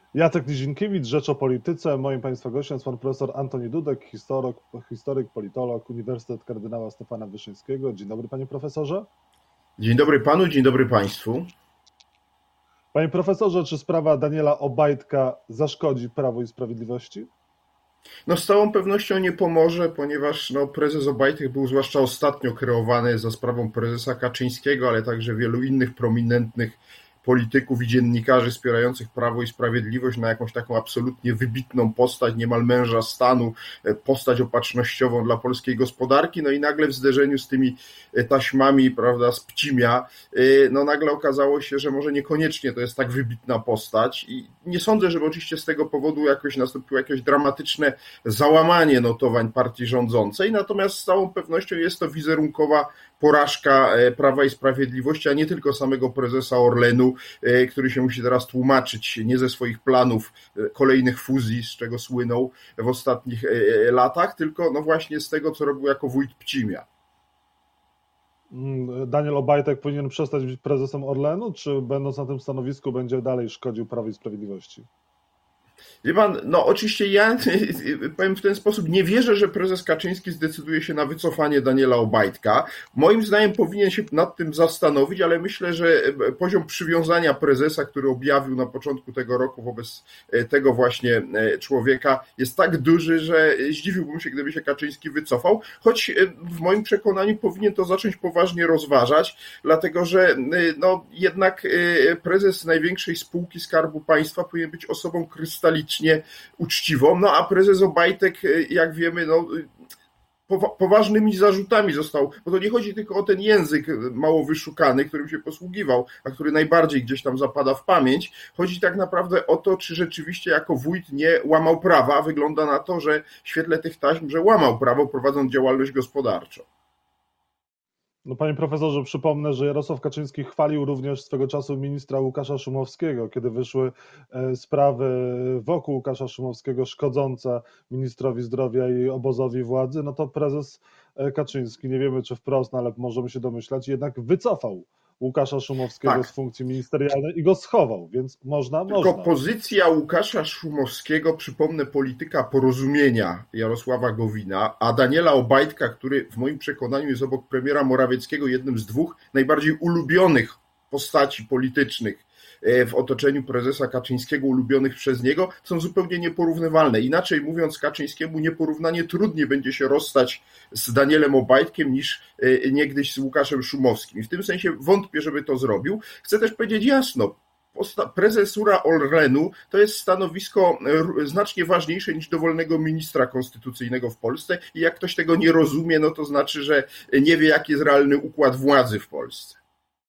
Jacek Nizinkiewicz, Rzecz o Polityce. Moim Państwa gościem jest pan profesor Antoni Dudek, historyk, politolog, Uniwersytet Kardynała Stefana Wyszyńskiego. Dzień dobry, panie profesorze. Dzień dobry panu, dzień dobry państwu. Panie profesorze, czy sprawa Daniela Obajtka zaszkodzi Prawu i Sprawiedliwości? No z całą pewnością nie pomoże, ponieważ prezes Obajtek był zwłaszcza ostatnio kreowany za sprawą prezesa Kaczyńskiego, ale także wielu innych prominentnych polityków i dziennikarzy wspierających Prawo i Sprawiedliwość na jakąś taką absolutnie wybitną postać, niemal męża stanu, postać opatrznościową dla polskiej gospodarki, no i nagle w zderzeniu z tymi taśmami, prawda, z Pcimia, no nagle okazało się, że może niekoniecznie to jest tak wybitna postać i nie sądzę, żeby oczywiście z tego powodu jakoś nastąpiło jakieś dramatyczne załamanie notowań partii rządzącej, natomiast z całą pewnością jest to wizerunkowa porażka Prawa i Sprawiedliwości, a nie tylko samego prezesa Orlenu, który się musi teraz tłumaczyć nie ze swoich planów kolejnych fuzji, z czego słynął w ostatnich latach, tylko no właśnie z tego, co robił jako wójt Pcimia. Daniel Obajtek powinien przestać być prezesem Orlenu, czy będąc na tym stanowisku będzie dalej szkodził Prawu i Sprawiedliwości? Wie pan, no oczywiście ja powiem w ten sposób, nie wierzę, że prezes Kaczyński zdecyduje się na wycofanie Daniela Obajtka. Moim zdaniem powinien się nad tym zastanowić, ale myślę, że poziom przywiązania prezesa, który objawił na początku tego roku wobec tego właśnie człowieka jest tak duży, że zdziwiłbym się, gdyby się Kaczyński wycofał, choć w moim przekonaniu powinien to zacząć poważnie rozważać, dlatego że no jednak prezes największej spółki Skarbu Państwa powinien być osobą krystaliczną, uczciwą, no a prezes Obajtek, jak wiemy, no poważnymi zarzutami został, bo to nie chodzi tylko o ten język mało wyszukany, którym się posługiwał, a który najbardziej gdzieś tam zapada w pamięć. Chodzi tak naprawdę o to, czy rzeczywiście jako wójt nie łamał prawa. Wygląda na to, że w świetle tych taśm, że łamał prawo, prowadząc działalność gospodarczą. No, panie profesorze, przypomnę, że Jarosław Kaczyński chwalił również swego czasu ministra Łukasza Szumowskiego, kiedy wyszły sprawy wokół Łukasza Szumowskiego szkodzące ministrowi zdrowia i obozowi władzy, no to prezes Kaczyński, nie wiemy czy wprost, no ale możemy się domyślać, jednak wycofał Łukasza Szumowskiego z funkcji ministerialnej i go schował, więc można. Tylko pozycja Łukasza Szumowskiego, przypomnę, polityka porozumienia Jarosława Gowina, a Daniela Obajtka, który w moim przekonaniu jest obok premiera Morawieckiego jednym z dwóch najbardziej ulubionych postaci politycznych w otoczeniu prezesa Kaczyńskiego, ulubionych przez niego, są zupełnie nieporównywalne. Inaczej mówiąc, Kaczyńskiemu nieporównanie trudniej będzie się rozstać z Danielem Obajtkiem niż niegdyś z Łukaszem Szumowskim. I w tym sensie wątpię, żeby to zrobił. Chcę też powiedzieć jasno, prezesura Orlenu to jest stanowisko znacznie ważniejsze niż dowolnego ministra konstytucyjnego w Polsce i jak ktoś tego nie rozumie, no to znaczy, że nie wie, jaki jest realny układ władzy w Polsce.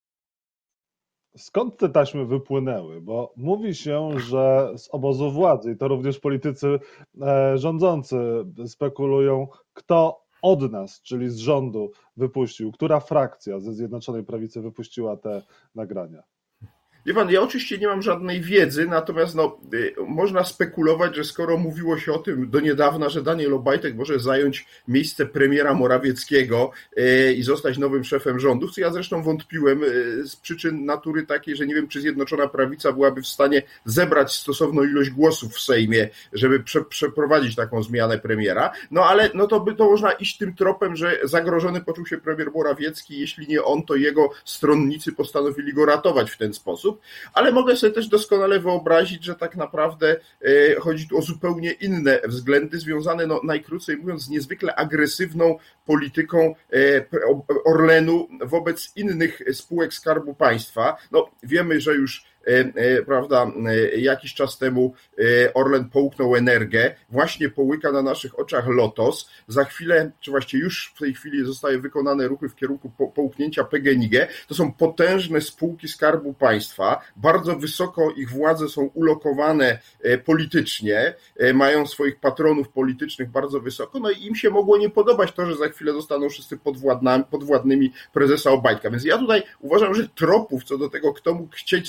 Skąd te taśmy wypłynęły? Bo mówi się, że z obozu władzy, i to również politycy rządzący spekulują, kto od nas, czyli z rządu wypuścił, która frakcja ze Zjednoczonej Prawicy wypuściła te nagrania. Wie pan, ja oczywiście nie mam żadnej wiedzy, natomiast można spekulować, że skoro mówiło się o tym do niedawna, że Daniel Obajtek może zająć miejsce premiera Morawieckiego i zostać nowym szefem rządu, co ja zresztą wątpiłem z przyczyn natury takiej, że nie wiem, czy Zjednoczona Prawica byłaby w stanie zebrać stosowną ilość głosów w Sejmie, żeby przeprowadzić taką zmianę premiera, no ale to można iść tym tropem, że zagrożony poczuł się premier Morawiecki, jeśli nie on, to jego stronnicy postanowili go ratować w ten sposób. Ale mogę sobie też doskonale wyobrazić, że tak naprawdę chodzi tu o zupełnie inne względy związane, najkrócej mówiąc, z niezwykle agresywną polityką Orlenu wobec innych spółek Skarbu Państwa. Wiemy, że już prawda, jakiś czas temu Orlen połknął Energę, właśnie połyka na naszych oczach Lotos, za chwilę, czy właściwie już w tej chwili zostały wykonane ruchy w kierunku połknięcia PGNiG. To są potężne spółki Skarbu Państwa, bardzo wysoko ich władze są ulokowane politycznie, mają swoich patronów politycznych bardzo wysoko, no i im się mogło nie podobać to, że za chwilę zostaną wszyscy podwładnymi prezesa Obajtka. Więc ja tutaj uważam, że tropów co do tego, kto mógł chcieć zaszkodzić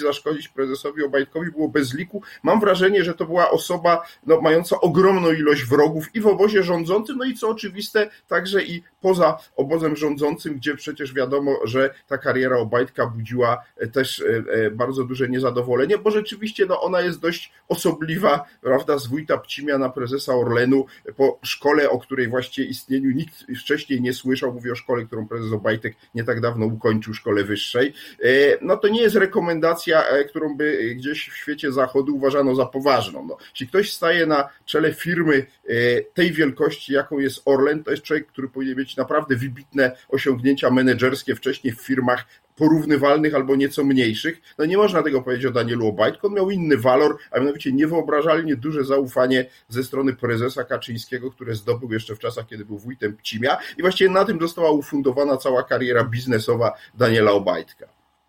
nienawiść prezesowi Obajtkowi było bez liku. Mam wrażenie, że to była osoba mająca ogromną ilość wrogów i w obozie rządzącym, no i co oczywiste, także i poza obozem rządzącym, gdzie przecież wiadomo, że ta kariera Obajtka budziła też bardzo duże niezadowolenie, bo rzeczywiście ona jest dość osobliwa, prawda, z wójta Pcimia na prezesa Orlenu, po szkole, o której właściwie istnieniu nikt wcześniej nie słyszał, mówię o szkole, którą prezes Obajtek nie tak dawno ukończył, szkole wyższej. No to nie jest rekomendacja, którą by gdzieś w świecie zachodu uważano za poważną. Jeśli ktoś staje na czele firmy tej wielkości, jaką jest Orlen, to jest człowiek, który powinien mieć naprawdę wybitne osiągnięcia menedżerskie wcześniej w firmach porównywalnych albo nieco mniejszych. Nie można tego powiedzieć o Danielu Obajtku, on miał inny walor, a mianowicie niewyobrażalnie duże zaufanie ze strony prezesa Kaczyńskiego, które zdobył jeszcze w czasach, kiedy był wójtem Pcimia i właściwie na tym została ufundowana cała kariera biznesowa Daniela Obajtka.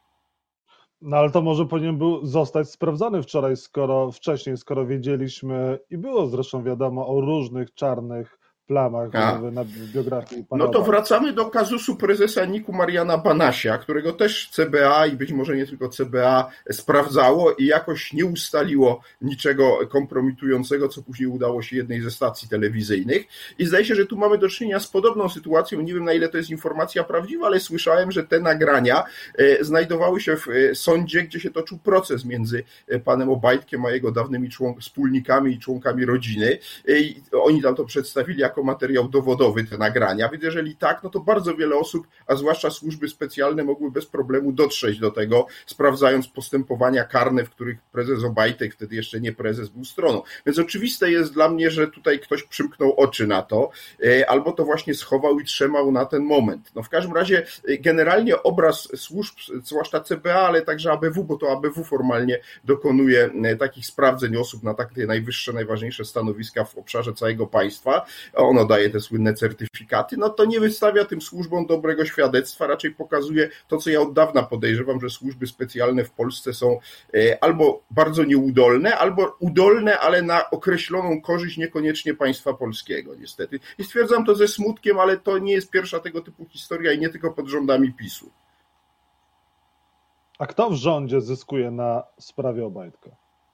No ale to może powinien był zostać sprawdzony wcześniej, skoro wiedzieliśmy i było zresztą wiadomo o różnych czarnych plamach na biografii pana. No to wracamy do kazusu prezesa NIK-u Mariana Banasia, którego też CBA i być może nie tylko CBA sprawdzało i jakoś nie ustaliło niczego kompromitującego, co później udało się jednej ze stacji telewizyjnych. I zdaje się, że tu mamy do czynienia z podobną sytuacją. Nie wiem, na ile to jest informacja prawdziwa, ale słyszałem, że te nagrania znajdowały się w sądzie, gdzie się toczył proces między panem Obajtkiem a jego dawnymi wspólnikami i członkami rodziny. I oni tam to przedstawili jako materiał dowodowy, te nagrania, więc jeżeli tak, no to bardzo wiele osób, a zwłaszcza służby specjalne mogły bez problemu dotrzeć do tego, sprawdzając postępowania karne, w których prezes Obajtek, wtedy jeszcze nie prezes, był stroną. Więc oczywiste jest dla mnie, że tutaj ktoś przymknął oczy na to, albo to właśnie schował i trzymał na ten moment. No w każdym razie generalnie obraz służb, zwłaszcza CBA, ale także ABW, bo to ABW formalnie dokonuje takich sprawdzeń osób na takie najwyższe, najważniejsze stanowiska w obszarze całego państwa, ono daje te słynne certyfikaty, no to nie wystawia tym służbom dobrego świadectwa, raczej pokazuje to, co ja od dawna podejrzewam, że służby specjalne w Polsce są albo bardzo nieudolne, albo udolne, ale na określoną korzyść niekoniecznie państwa polskiego, niestety. I stwierdzam to ze smutkiem, ale to nie jest pierwsza tego typu historia i nie tylko pod rządami PiS-u. A kto w rządzie zyskuje na sprawie Obajtka?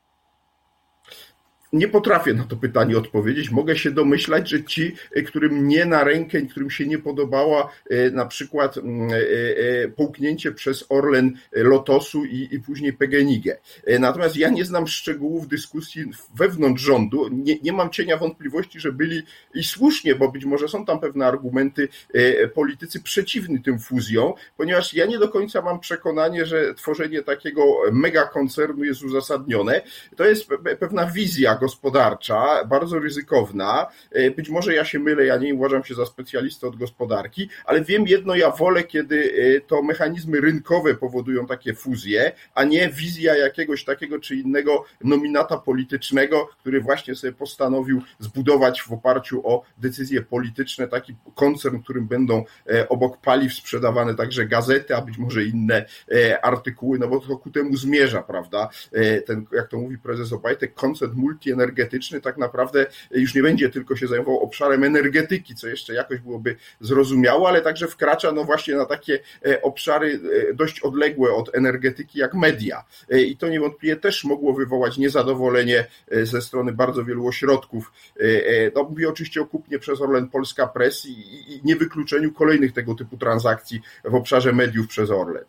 Nie potrafię na to pytanie odpowiedzieć. Mogę się domyślać, że ci, którym nie na rękę, którym się nie podobała na przykład połknięcie przez Orlen Lotosu i później PGNiG. Natomiast ja nie znam szczegółów dyskusji wewnątrz rządu. Nie mam cienia wątpliwości, że byli i słusznie, bo być może są tam pewne argumenty politycy przeciwni tym fuzjom, ponieważ ja nie do końca mam przekonanie, że tworzenie takiego megakoncernu jest uzasadnione. To jest pewna wizja gospodarcza, bardzo ryzykowna. Być może ja się mylę, ja nie uważam się za specjalistę od gospodarki, ale wiem jedno, ja wolę, kiedy to mechanizmy rynkowe powodują takie fuzje, a nie wizja jakiegoś takiego czy innego nominata politycznego, który właśnie sobie postanowił zbudować w oparciu o decyzje polityczne taki koncern, w którym będą obok paliw sprzedawane także gazety, a być może inne artykuły, no bo to ku temu zmierza, prawda? Ten, jak to mówi prezes Obajtek, koncern multienergetyczny tak naprawdę już nie będzie tylko się zajmował obszarem energetyki, co jeszcze jakoś byłoby zrozumiałe, ale także wkracza no właśnie na takie obszary dość odległe od energetyki jak media. I to niewątpliwie też mogło wywołać niezadowolenie ze strony bardzo wielu ośrodków. No, mówię oczywiście o kupnie przez Orlen Polska Press i niewykluczeniu kolejnych tego typu transakcji w obszarze mediów przez Orlen.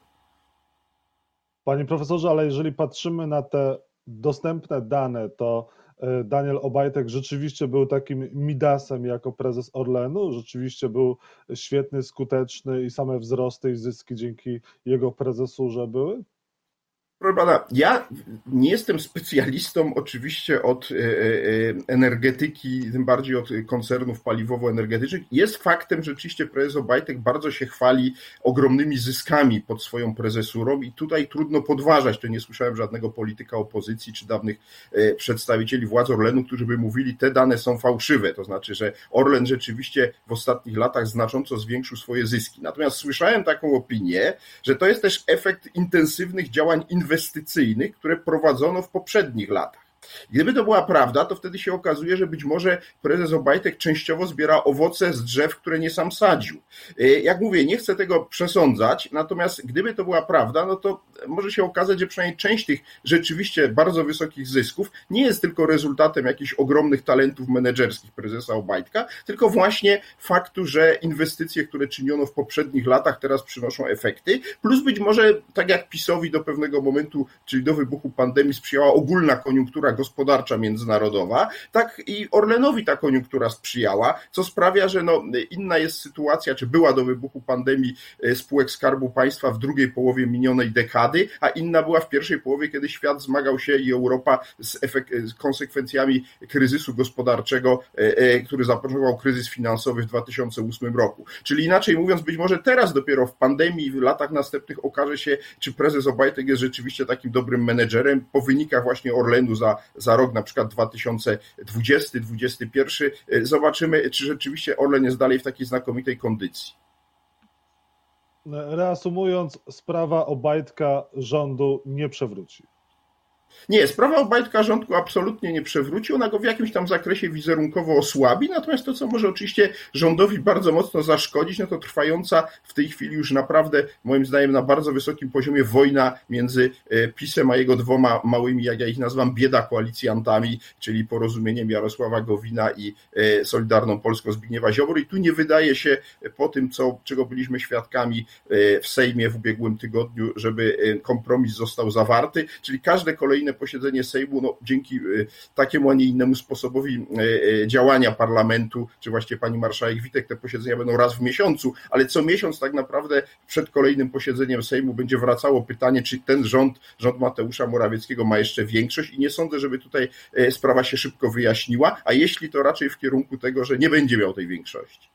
Panie profesorze, ale jeżeli patrzymy na te dostępne dane, to Daniel Obajtek rzeczywiście był takim Midasem jako prezes Orlenu, rzeczywiście był świetny, skuteczny i same wzrosty i zyski dzięki jego prezesurze były? Proszę pana, ja nie jestem specjalistą oczywiście od energetyki, tym bardziej od koncernów paliwowo-energetycznych. Jest faktem, że rzeczywiście prezes Obajtek bardzo się chwali ogromnymi zyskami pod swoją prezesurą i tutaj trudno podważać, to nie słyszałem żadnego polityka opozycji czy dawnych przedstawicieli władz Orlenu, którzy by mówili, te dane są fałszywe, to znaczy, że Orlen rzeczywiście w ostatnich latach znacząco zwiększył swoje zyski. Natomiast słyszałem taką opinię, że to jest też efekt intensywnych działań inwestycyjnych, które prowadzono w poprzednich latach. Gdyby to była prawda, to wtedy się okazuje, że być może prezes Obajtek częściowo zbiera owoce z drzew, które nie sam sadził. Jak mówię, nie chcę tego przesądzać, natomiast gdyby to była prawda, no to może się okazać, że przynajmniej część tych rzeczywiście bardzo wysokich zysków nie jest tylko rezultatem jakichś ogromnych talentów menedżerskich prezesa Obajtka, tylko właśnie faktu, że inwestycje, które czyniono w poprzednich latach, teraz przynoszą efekty, plus być może, tak jak PiS-owi do pewnego momentu, czyli do wybuchu pandemii, sprzyjała ogólna koniunktura gospodarcza międzynarodowa, tak i Orlenowi ta koniunktura sprzyjała, co sprawia, że inna jest sytuacja, czy była do wybuchu pandemii spółek Skarbu Państwa w drugiej połowie minionej dekady, a inna była w pierwszej połowie, kiedy świat zmagał się i Europa z konsekwencjami kryzysu gospodarczego, który zapoczątkował kryzys finansowy w 2008 roku. Czyli inaczej mówiąc, być może teraz dopiero w pandemii, w latach następnych okaże się, czy prezes Obajtek jest rzeczywiście takim dobrym menedżerem. Po wynikach właśnie Orlenu za rok na przykład 2020-2021 zobaczymy, czy rzeczywiście Orlen jest dalej w takiej znakomitej kondycji. Reasumując, sprawa Obajtka rządu nie przewróci. Nie, sprawa Obajtka rządku absolutnie nie przewróci, ona go w jakimś tam zakresie wizerunkowo osłabi, natomiast to, co może oczywiście rządowi bardzo mocno zaszkodzić, no to trwająca w tej chwili już naprawdę, moim zdaniem, na bardzo wysokim poziomie wojna między PiS-em a jego dwoma małymi, jak ja ich nazywam, bieda koalicjantami, czyli Porozumieniem Jarosława Gowina i Solidarną Polską Zbigniewa Ziobry. I tu nie wydaje się po tym, czego byliśmy świadkami w Sejmie w ubiegłym tygodniu, żeby kompromis został zawarty, czyli każde kolejne posiedzenie Sejmu, dzięki takiemu, a nie innemu sposobowi działania parlamentu, czy właśnie pani marszałek Witek, te posiedzenia będą raz w miesiącu, ale co miesiąc tak naprawdę przed kolejnym posiedzeniem Sejmu będzie wracało pytanie, czy ten rząd Mateusza Morawieckiego ma jeszcze większość i nie sądzę, żeby tutaj sprawa się szybko wyjaśniła, a jeśli to raczej w kierunku tego, że nie będzie miał tej większości.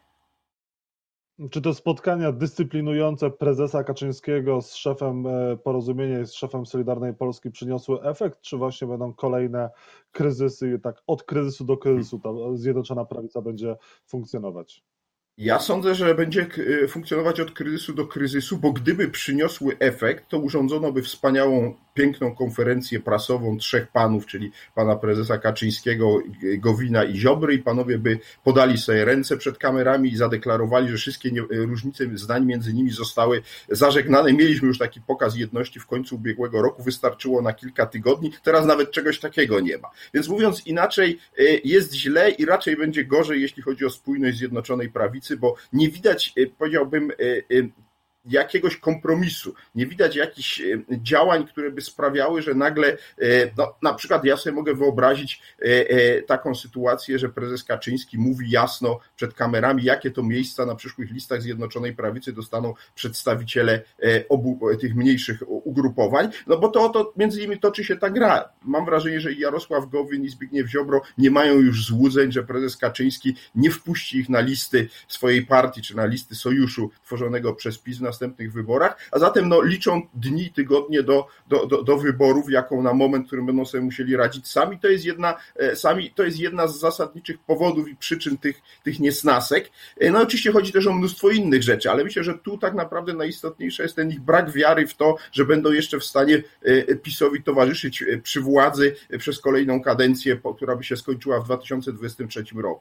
Czy te spotkania dyscyplinujące prezesa Kaczyńskiego z szefem Porozumienia i z szefem Solidarnej Polski przyniosły efekt, czy właśnie będą kolejne kryzysy i tak od kryzysu do kryzysu ta Zjednoczona Prawica będzie funkcjonować? Ja sądzę, że będzie funkcjonować od kryzysu do kryzysu, bo gdyby przyniosły efekt, to urządzono by wspaniałą, piękną konferencję prasową trzech panów, czyli pana prezesa Kaczyńskiego, Gowina i Ziobry, i panowie by podali sobie ręce przed kamerami i zadeklarowali, że wszystkie różnice zdań między nimi zostały zażegnane. Mieliśmy już taki pokaz jedności w końcu ubiegłego roku, wystarczyło na kilka tygodni, teraz nawet czegoś takiego nie ma. Więc mówiąc inaczej, jest źle i raczej będzie gorzej, jeśli chodzi o spójność Zjednoczonej Prawicy, bo nie widać, powiedziałbym, jakiegoś kompromisu, nie widać jakichś działań, które by sprawiały, że nagle, na przykład ja sobie mogę wyobrazić taką sytuację, że prezes Kaczyński mówi jasno przed kamerami, jakie to miejsca na przyszłych listach Zjednoczonej Prawicy dostaną przedstawiciele obu tych mniejszych ugrupowań, bo to między nimi toczy się ta gra. Mam wrażenie, że i Jarosław Gowin, i Zbigniew Ziobro nie mają już złudzeń, że prezes Kaczyński nie wpuści ich na listy swojej partii, czy na listy sojuszu tworzonego przez PiS w następnych wyborach, a zatem liczą dni, tygodnie do wyborów, jako na moment, w którym będą sobie musieli radzić sami. To jest jedna z zasadniczych powodów i przyczyn tych niesnasek. Oczywiście chodzi też o mnóstwo innych rzeczy, ale myślę, że tu tak naprawdę najistotniejsze jest ten ich brak wiary w to, że będą jeszcze w stanie PiS-owi towarzyszyć przy władzy przez kolejną kadencję, która by się skończyła w 2023 roku.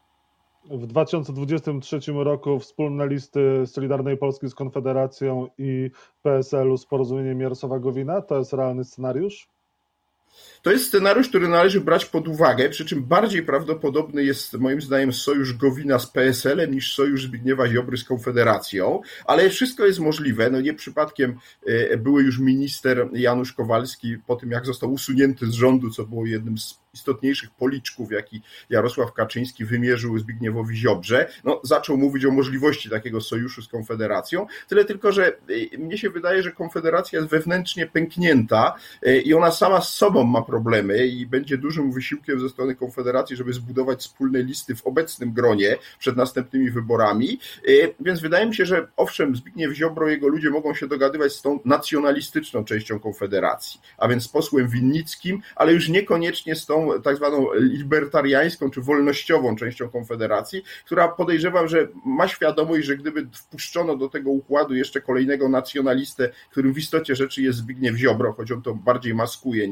W 2023 roku wspólne listy Solidarnej Polski z Konfederacją i PSL-u z Porozumieniem Jarosława Gowina, to jest realny scenariusz? To jest scenariusz, który należy brać pod uwagę, przy czym bardziej prawdopodobny jest moim zdaniem sojusz Gowina z PSL-em niż sojusz Zbigniewa Ziobry z Konfederacją, ale wszystko jest możliwe. Nie przypadkiem były już minister Janusz Kowalski po tym, jak został usunięty z rządu, co było jednym z istotniejszych policzków, jaki Jarosław Kaczyński wymierzył Zbigniewowi Ziobrze, zaczął mówić o możliwości takiego sojuszu z Konfederacją, tyle tylko, że mnie się wydaje, że Konfederacja jest wewnętrznie pęknięta i ona sama z sobą ma problemy i będzie dużym wysiłkiem ze strony Konfederacji, żeby zbudować wspólne listy w obecnym gronie przed następnymi wyborami, więc wydaje mi się, że owszem, Zbigniew Ziobro i jego ludzie mogą się dogadywać z tą nacjonalistyczną częścią Konfederacji, a więc z posłem Winnickim, ale już niekoniecznie z tą tak zwaną libertariańską czy wolnościową częścią Konfederacji, która podejrzewam, że ma świadomość, że gdyby wpuszczono do tego układu jeszcze kolejnego nacjonalistę, którym w istocie rzeczy jest Zbigniew Ziobro, choć on to bardziej maskuje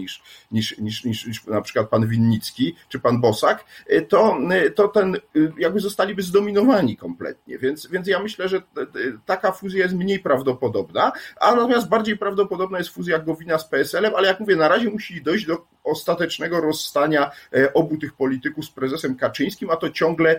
niż na przykład pan Winnicki czy pan Bosak, to jakby zostaliby zdominowani kompletnie. Więc ja myślę, że taka fuzja jest mniej prawdopodobna, a natomiast bardziej prawdopodobna jest fuzja Gowina z PSL-em, ale jak mówię, na razie musi dojść do ostatecznego rozstania obu tych polityków z prezesem Kaczyńskim, a to ciągle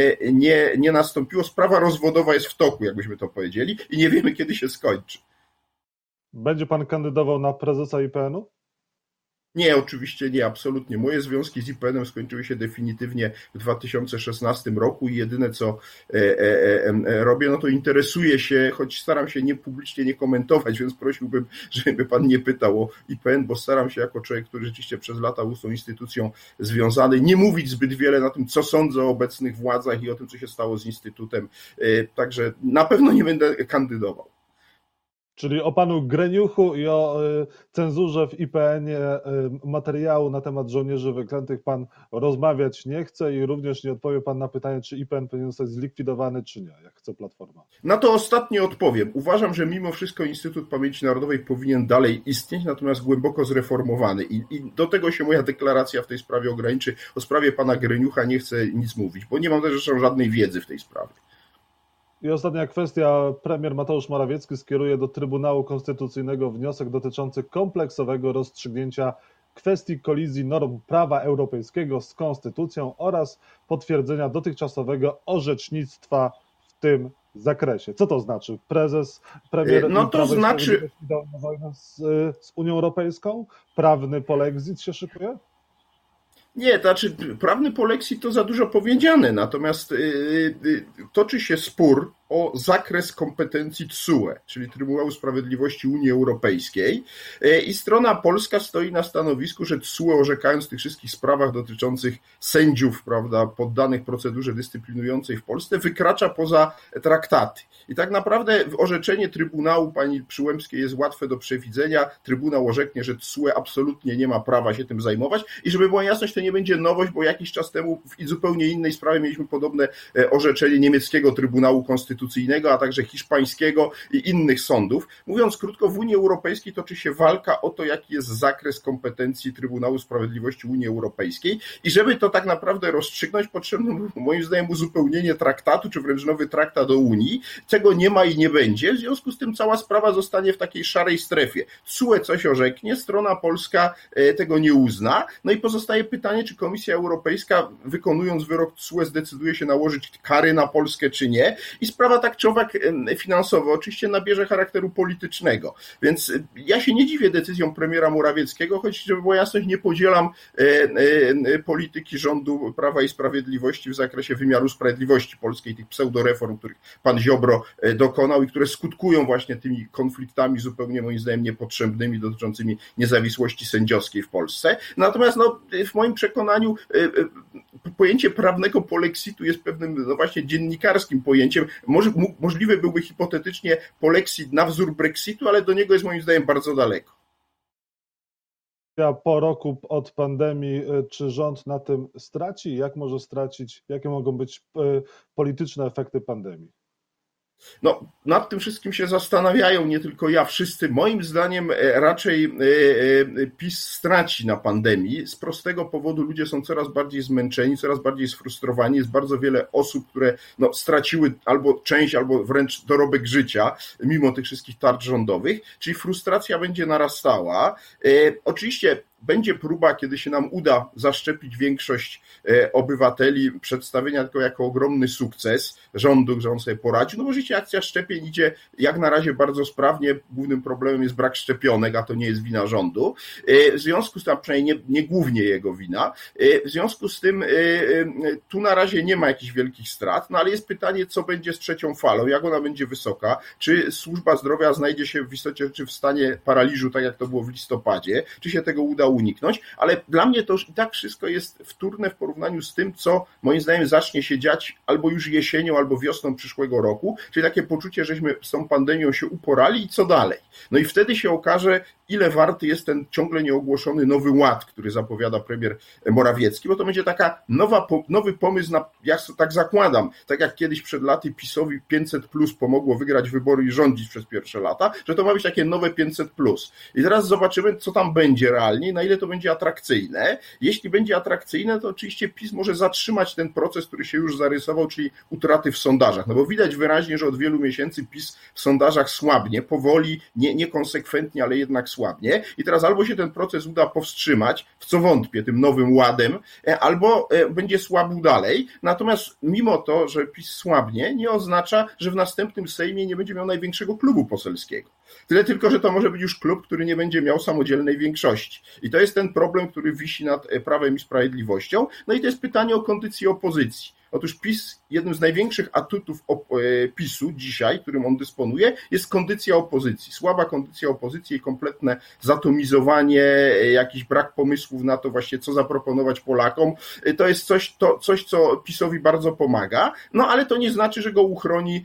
nie nastąpiło. Sprawa rozwodowa jest w toku, jakbyśmy to powiedzieli, i nie wiemy, kiedy się skończy. Będzie pan kandydował na prezesa IPN-u? Nie, oczywiście nie, absolutnie. Moje związki z IPN-em skończyły się definitywnie w 2016 roku i jedyne, co robię, no to interesuję się, choć staram się publicznie nie komentować, więc prosiłbym, żeby pan nie pytał o IPN, bo staram się jako człowiek, który rzeczywiście przez lata był z tą instytucją związany, nie mówić zbyt wiele na tym, co sądzę o obecnych władzach i o tym, co się stało z instytutem. Także na pewno nie będę kandydował. Czyli o panu Greniuchu i o cenzurze w IPN-ie materiału na temat żołnierzy wyklętych pan rozmawiać nie chce i również nie odpowie pan na pytanie, czy IPN powinien zostać zlikwidowany, czy nie, jak chce Platforma. Na to ostatnie odpowiem. Uważam, że mimo wszystko Instytut Pamięci Narodowej powinien dalej istnieć, natomiast głęboko zreformowany. I do tego się moja deklaracja w tej sprawie ograniczy. O sprawie pana Greniucha nie chcę nic mówić, bo nie mam też zresztą żadnej wiedzy w tej sprawie. I ostatnia kwestia. Premier Mateusz Morawiecki skieruje do Trybunału Konstytucyjnego wniosek dotyczący kompleksowego rozstrzygnięcia kwestii kolizji norm prawa europejskiego z konstytucją oraz potwierdzenia dotychczasowego orzecznictwa w tym zakresie. Co to znaczy? Premier no to znaczy idą na wojnę z Unią Europejską? Prawny polexit się szykuje? Nie, to znaczy prawny polexit to za dużo powiedziane, natomiast toczy się spór o zakres kompetencji TSUE, czyli Trybunału Sprawiedliwości Unii Europejskiej, i strona polska stoi na stanowisku, że TSUE, orzekając w tych wszystkich sprawach dotyczących sędziów, prawda, poddanych procedurze dyscyplinującej w Polsce, wykracza poza traktaty. I tak naprawdę orzeczenie Trybunału pani Przyłębskiej jest łatwe do przewidzenia. Trybunał orzeknie, że TSUE absolutnie nie ma prawa się tym zajmować i żeby była jasność, to nie będzie nowość, bo jakiś czas temu w zupełnie innej sprawie mieliśmy podobne orzeczenie niemieckiego Trybunału Konstytucyjnego, a także hiszpańskiego i innych sądów. Mówiąc krótko, w Unii Europejskiej toczy się walka o to, jaki jest zakres kompetencji Trybunału Sprawiedliwości Unii Europejskiej i żeby to tak naprawdę rozstrzygnąć, potrzebne moim zdaniem uzupełnienie traktatu, czy wręcz nowy traktat o Unii. Tego nie ma i nie będzie, w związku z tym cała sprawa zostanie w takiej szarej strefie. TSUE coś orzeknie, strona polska tego nie uzna, no i pozostaje pytanie, czy Komisja Europejska, wykonując wyrok TSUE, zdecyduje się nałożyć kary na Polskę, czy nie. I sprawa tak czy owak finansowa oczywiście nabierze charakteru politycznego. Więc ja się nie dziwię decyzjom premiera Morawieckiego, choć, żeby była jasność, nie podzielam polityki rządu Prawa i Sprawiedliwości w zakresie wymiaru sprawiedliwości polskiej, tych pseudoreform, których pan Ziobro dokonał i które skutkują właśnie tymi konfliktami zupełnie moim zdaniem niepotrzebnymi dotyczącymi niezawisłości sędziowskiej w Polsce. Natomiast w moim przekonaniu pojęcie prawnego polexitu jest pewnym właśnie dziennikarskim pojęciem. Możliwy byłby hipotetycznie polexit na wzór Brexitu, ale do niego jest moim zdaniem bardzo daleko. Po roku od pandemii, czy rząd na tym straci? Jak może stracić? Jakie mogą być polityczne efekty pandemii? Nad tym wszystkim się zastanawiają nie tylko ja, wszyscy. Moim zdaniem raczej PiS straci na pandemii. Z prostego powodu ludzie są coraz bardziej zmęczeni, coraz bardziej sfrustrowani. Jest bardzo wiele osób, które straciły albo część, albo wręcz dorobek życia, mimo tych wszystkich tarcz rządowych, czyli frustracja będzie narastała. Oczywiście będzie próba, kiedy się nam uda zaszczepić większość obywateli, przedstawienia tego jako ogromny sukces rządu, że on sobie poradzi. No bo życie, akcja szczepień idzie jak na razie bardzo sprawnie. Głównym problemem jest brak szczepionek, a to nie jest wina rządu. W związku z tym, a przynajmniej nie głównie jego wina, w związku z tym tu na razie nie ma jakichś wielkich strat, ale jest pytanie, co będzie z trzecią falą, jak ona będzie wysoka, czy służba zdrowia znajdzie się w istocie rzeczy w stanie paraliżu, tak jak to było w listopadzie, czy się tego uda uniknąć, ale dla mnie to już i tak wszystko jest wtórne w porównaniu z tym, co moim zdaniem zacznie się dziać albo już jesienią, albo wiosną przyszłego roku, czyli takie poczucie, żeśmy z tą pandemią się uporali i co dalej. No i wtedy się okaże, ile warty jest ten ciągle nieogłoszony nowy ład, który zapowiada premier Morawiecki, bo to będzie taka nowy pomysł na, ja tak zakładam, tak jak kiedyś przed laty PiS-owi 500 plus pomogło wygrać wybory i rządzić przez pierwsze lata, że to ma być takie nowe 500 plus. I teraz zobaczymy, co tam będzie realnie, na ile to będzie atrakcyjne. Jeśli będzie atrakcyjne, to oczywiście PiS może zatrzymać ten proces, który się już zarysował, czyli utraty w sondażach. No bo widać wyraźnie, że od wielu miesięcy PiS w sondażach słabnie, powoli, niekonsekwentnie, ale jednak słabnie. I teraz albo się ten proces uda powstrzymać, w co wątpię, tym nowym ładem, albo będzie słabł dalej. Natomiast mimo to, że PiS słabnie, nie oznacza, że w następnym Sejmie nie będzie miał największego klubu poselskiego. Tyle tylko, że to może być już klub, który nie będzie miał samodzielnej większości. I to jest ten problem, który wisi nad Prawem i Sprawiedliwością. No i to jest pytanie o kondycję opozycji. Otóż PiS, jednym z największych atutów PiS-u dzisiaj, którym on dysponuje, jest kondycja opozycji. Słaba kondycja opozycji i kompletne zatomizowanie, jakiś brak pomysłów na to właśnie, co zaproponować Polakom. To jest coś, co PiS-owi bardzo pomaga, no ale to nie znaczy, że go uchroni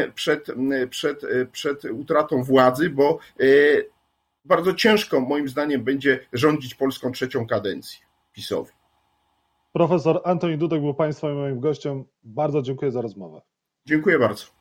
przed utratą władzy, bo bardzo ciężko moim zdaniem będzie rządzić Polską trzecią kadencję PiS-owi. Profesor Antoni Dudek był Państwa i moim gościem. Bardzo dziękuję za rozmowę. Dziękuję bardzo.